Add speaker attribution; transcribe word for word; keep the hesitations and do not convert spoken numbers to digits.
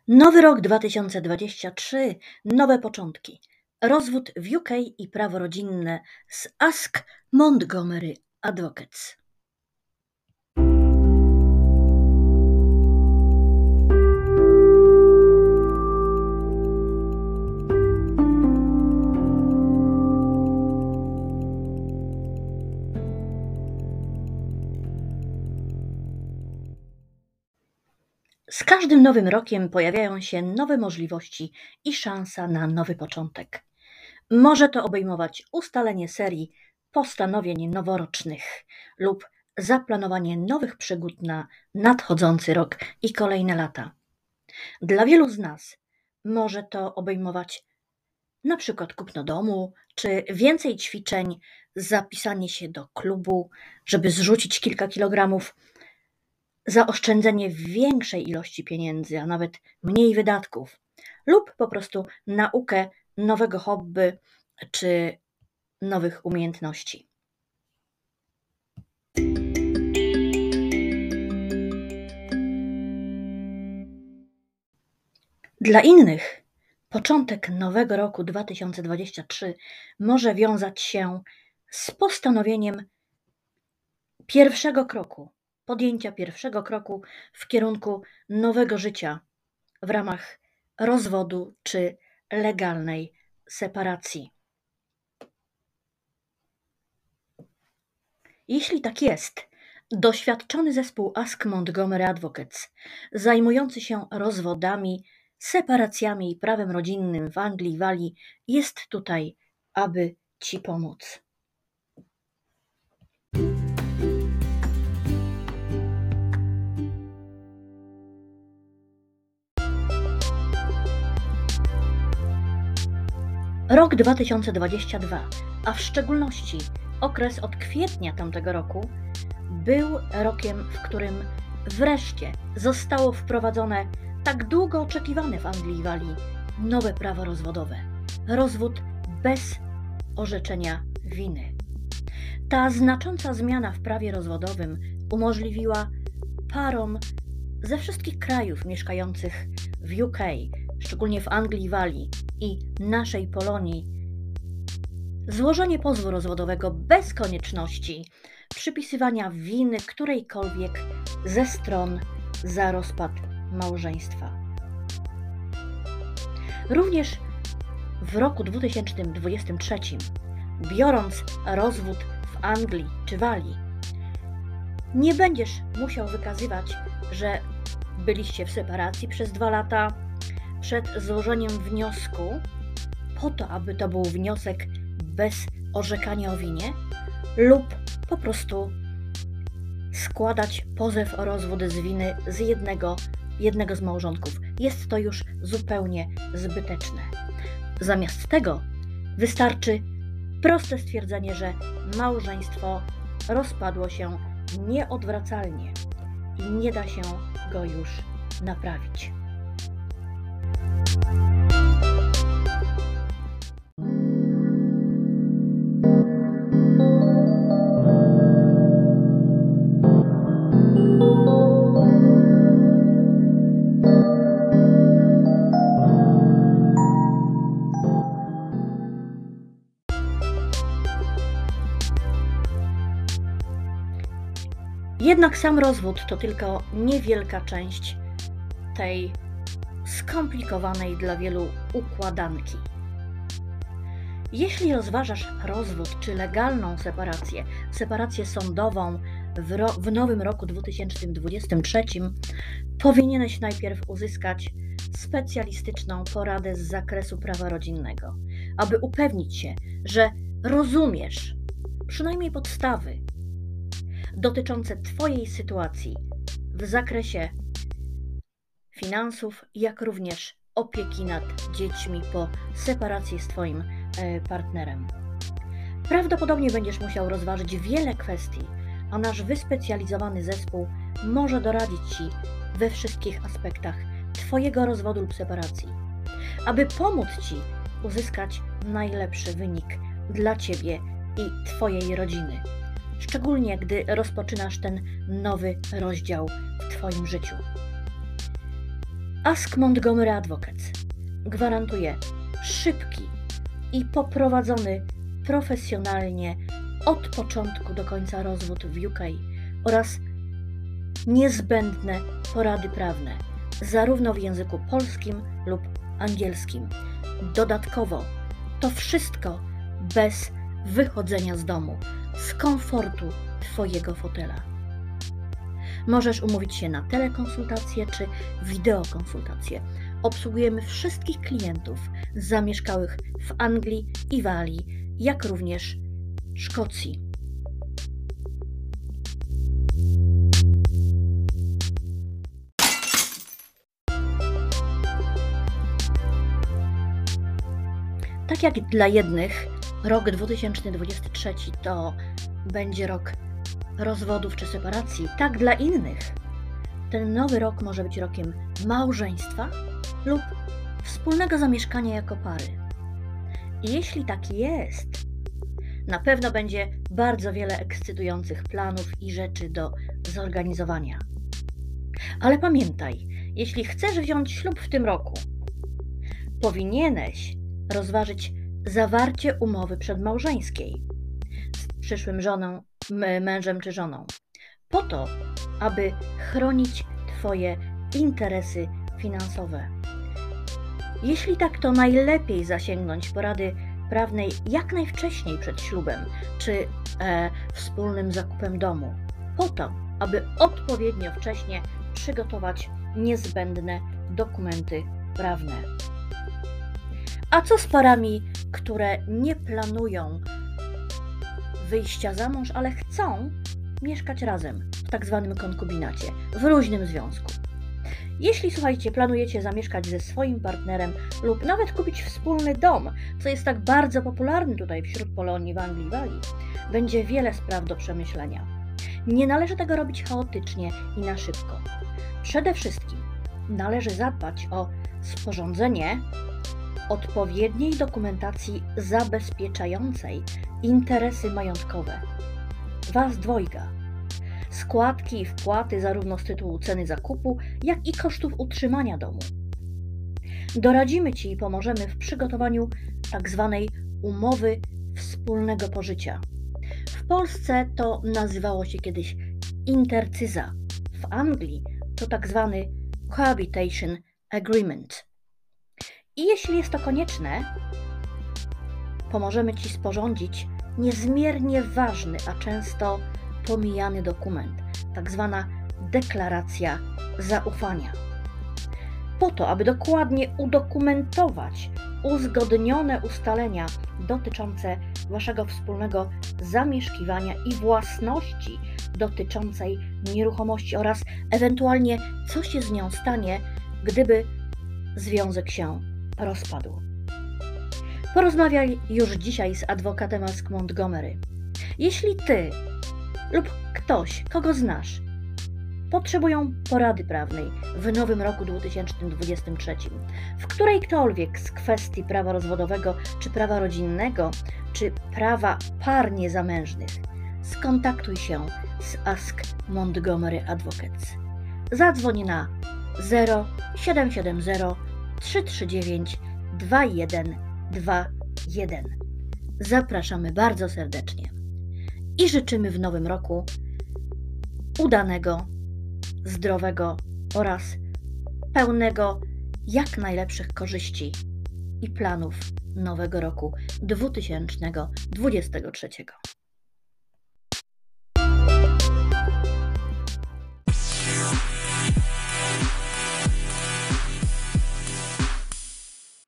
Speaker 1: Nowy rok dwa tysiące dwudziesty trzeci, nowe początki. Rozwód w U K i prawo rodzinne z Ask Montgomery Advocates. Z każdym nowym rokiem pojawiają się nowe możliwości i szansa na nowy początek. Może to obejmować ustalenie serii postanowień noworocznych lub zaplanowanie nowych przygód na nadchodzący rok i kolejne lata. Dla wielu z nas może to obejmować na przykład kupno domu, czy więcej ćwiczeń, zapisanie się do klubu, żeby zrzucić kilka kilogramów, zaoszczędzenie większej ilości pieniędzy, a nawet mniej wydatków, lub po prostu naukę nowego hobby czy nowych umiejętności. Dla innych początek nowego roku dwa tysiące dwudziestego trzeciego może wiązać się z postanowieniem pierwszego kroku, podjęcia pierwszego kroku w kierunku nowego życia w ramach rozwodu czy legalnej separacji. Jeśli tak jest, doświadczony zespół Ask Montgomery Advocates, zajmujący się rozwodami, separacjami i prawem rodzinnym w Anglii i Walii, jest tutaj, aby Ci pomóc. Rok dwa tysiące dwudziesty drugi, a w szczególności okres od kwietnia tamtego roku, był rokiem, w którym wreszcie zostało wprowadzone tak długo oczekiwane w Anglii i Walii nowe prawo rozwodowe. Rozwód bez orzeczenia winy. Ta znacząca zmiana w prawie rozwodowym umożliwiła parom ze wszystkich krajów mieszkających w U K, szczególnie w Anglii i Walii i naszej Polonii, złożenie pozwu rozwodowego bez konieczności przypisywania winy którejkolwiek ze stron za rozpad małżeństwa. Również w roku dwa tysiące dwudziestym trzecim, biorąc rozwód w Anglii czy Walii, nie będziesz musiał wykazywać, że byliście w separacji przez dwa lata przed złożeniem wniosku, po to, aby to był wniosek bez orzekania o winie, lub po prostu składać pozew o rozwód z winy z jednego, jednego z małżonków. Jest to już zupełnie zbyteczne. Zamiast tego wystarczy proste stwierdzenie, że małżeństwo rozpadło się nieodwracalnie i nie da się go już naprawić. Jednak sam rozwód to tylko niewielka część tej skomplikowanej dla wielu układanki. Jeśli rozważasz rozwód czy legalną separację, separację sądową w, ro- w nowym roku dwa tysiące dwudziestym trzecim, powinieneś najpierw uzyskać specjalistyczną poradę z zakresu prawa rodzinnego, aby upewnić się, że rozumiesz przynajmniej podstawy dotyczące Twojej sytuacji w zakresie finansów, jak również opieki nad dziećmi po separacji z Twoim partnerem. Prawdopodobnie będziesz musiał rozważyć wiele kwestii, a nasz wyspecjalizowany zespół może doradzić Ci we wszystkich aspektach Twojego rozwodu lub separacji, aby pomóc Ci uzyskać najlepszy wynik dla Ciebie i Twojej rodziny, szczególnie gdy rozpoczynasz ten nowy rozdział w Twoim życiu. Ask Montgomery Advocates gwarantuje szybki i poprowadzony profesjonalnie od początku do końca rozwód w U K oraz niezbędne porady prawne, zarówno w języku polskim lub angielskim. Dodatkowo to wszystko bez wychodzenia z domu, z komfortu Twojego fotela. Możesz umówić się na telekonsultację czy wideokonsultację. Obsługujemy wszystkich klientów zamieszkałych w Anglii i Walii, jak również Szkocji. Tak jak dla jednych rok dwa tysiące dwudziesty trzeci to będzie rok rozwodów czy separacji, tak dla innych ten nowy rok może być rokiem małżeństwa lub wspólnego zamieszkania jako pary. I jeśli tak jest, na pewno będzie bardzo wiele ekscytujących planów i rzeczy do zorganizowania. Ale pamiętaj, jeśli chcesz wziąć ślub w tym roku, powinieneś rozważyć zawarcie umowy przedmałżeńskiej z przyszłym żoną, mężem czy żoną, po to, aby chronić Twoje interesy finansowe. Jeśli tak, to najlepiej zasięgnąć porady prawnej jak najwcześniej przed ślubem czy e, wspólnym zakupem domu, po to, aby odpowiednio wcześnie przygotować niezbędne dokumenty prawne. A co z parami, które nie planują wyjścia za mąż, ale chcą mieszkać razem w tak zwanym konkubinacie, w luźnym związku? Jeśli, słuchajcie, planujecie zamieszkać ze swoim partnerem lub nawet kupić wspólny dom, co jest tak bardzo popularne tutaj wśród Polonii w Anglii i Walii, będzie wiele spraw do przemyślenia. Nie należy tego robić chaotycznie i na szybko. Przede wszystkim należy zadbać o sporządzenie odpowiedniej dokumentacji zabezpieczającej interesy majątkowe Was dwojga. Składki i wpłaty zarówno z tytułu ceny zakupu, jak i kosztów utrzymania domu. Doradzimy Ci i pomożemy w przygotowaniu tak zwanej umowy wspólnego pożycia. W Polsce to nazywało się kiedyś intercyza. W Anglii to tak zwany cohabitation agreement. I jeśli jest to konieczne, pomożemy Ci sporządzić niezmiernie ważny, a często pomijany dokument, tak zwana deklaracja zaufania. Po to, aby dokładnie udokumentować uzgodnione ustalenia dotyczące Waszego wspólnego zamieszkiwania i własności dotyczącej nieruchomości oraz ewentualnie co się z nią stanie, gdyby związek się rozpadł. Porozmawiaj już dzisiaj z adwokatem Ask Montgomery. Jeśli Ty lub ktoś, kogo znasz, potrzebują porady prawnej w nowym roku dwa tysiące dwudziestym trzecim, w którejkolwiek z kwestii prawa rozwodowego, czy prawa rodzinnego, czy prawa par niezamężnych, skontaktuj się z Ask Montgomery Advocates. Zadzwoń na zero siedem siedem zero trzy trzy dziewięć dwa jeden dwa jeden. Zapraszamy bardzo serdecznie i życzymy w nowym roku udanego, zdrowego oraz pełnego jak najlepszych korzyści i planów nowego roku dwa tysiące dwudziestego trzeciego.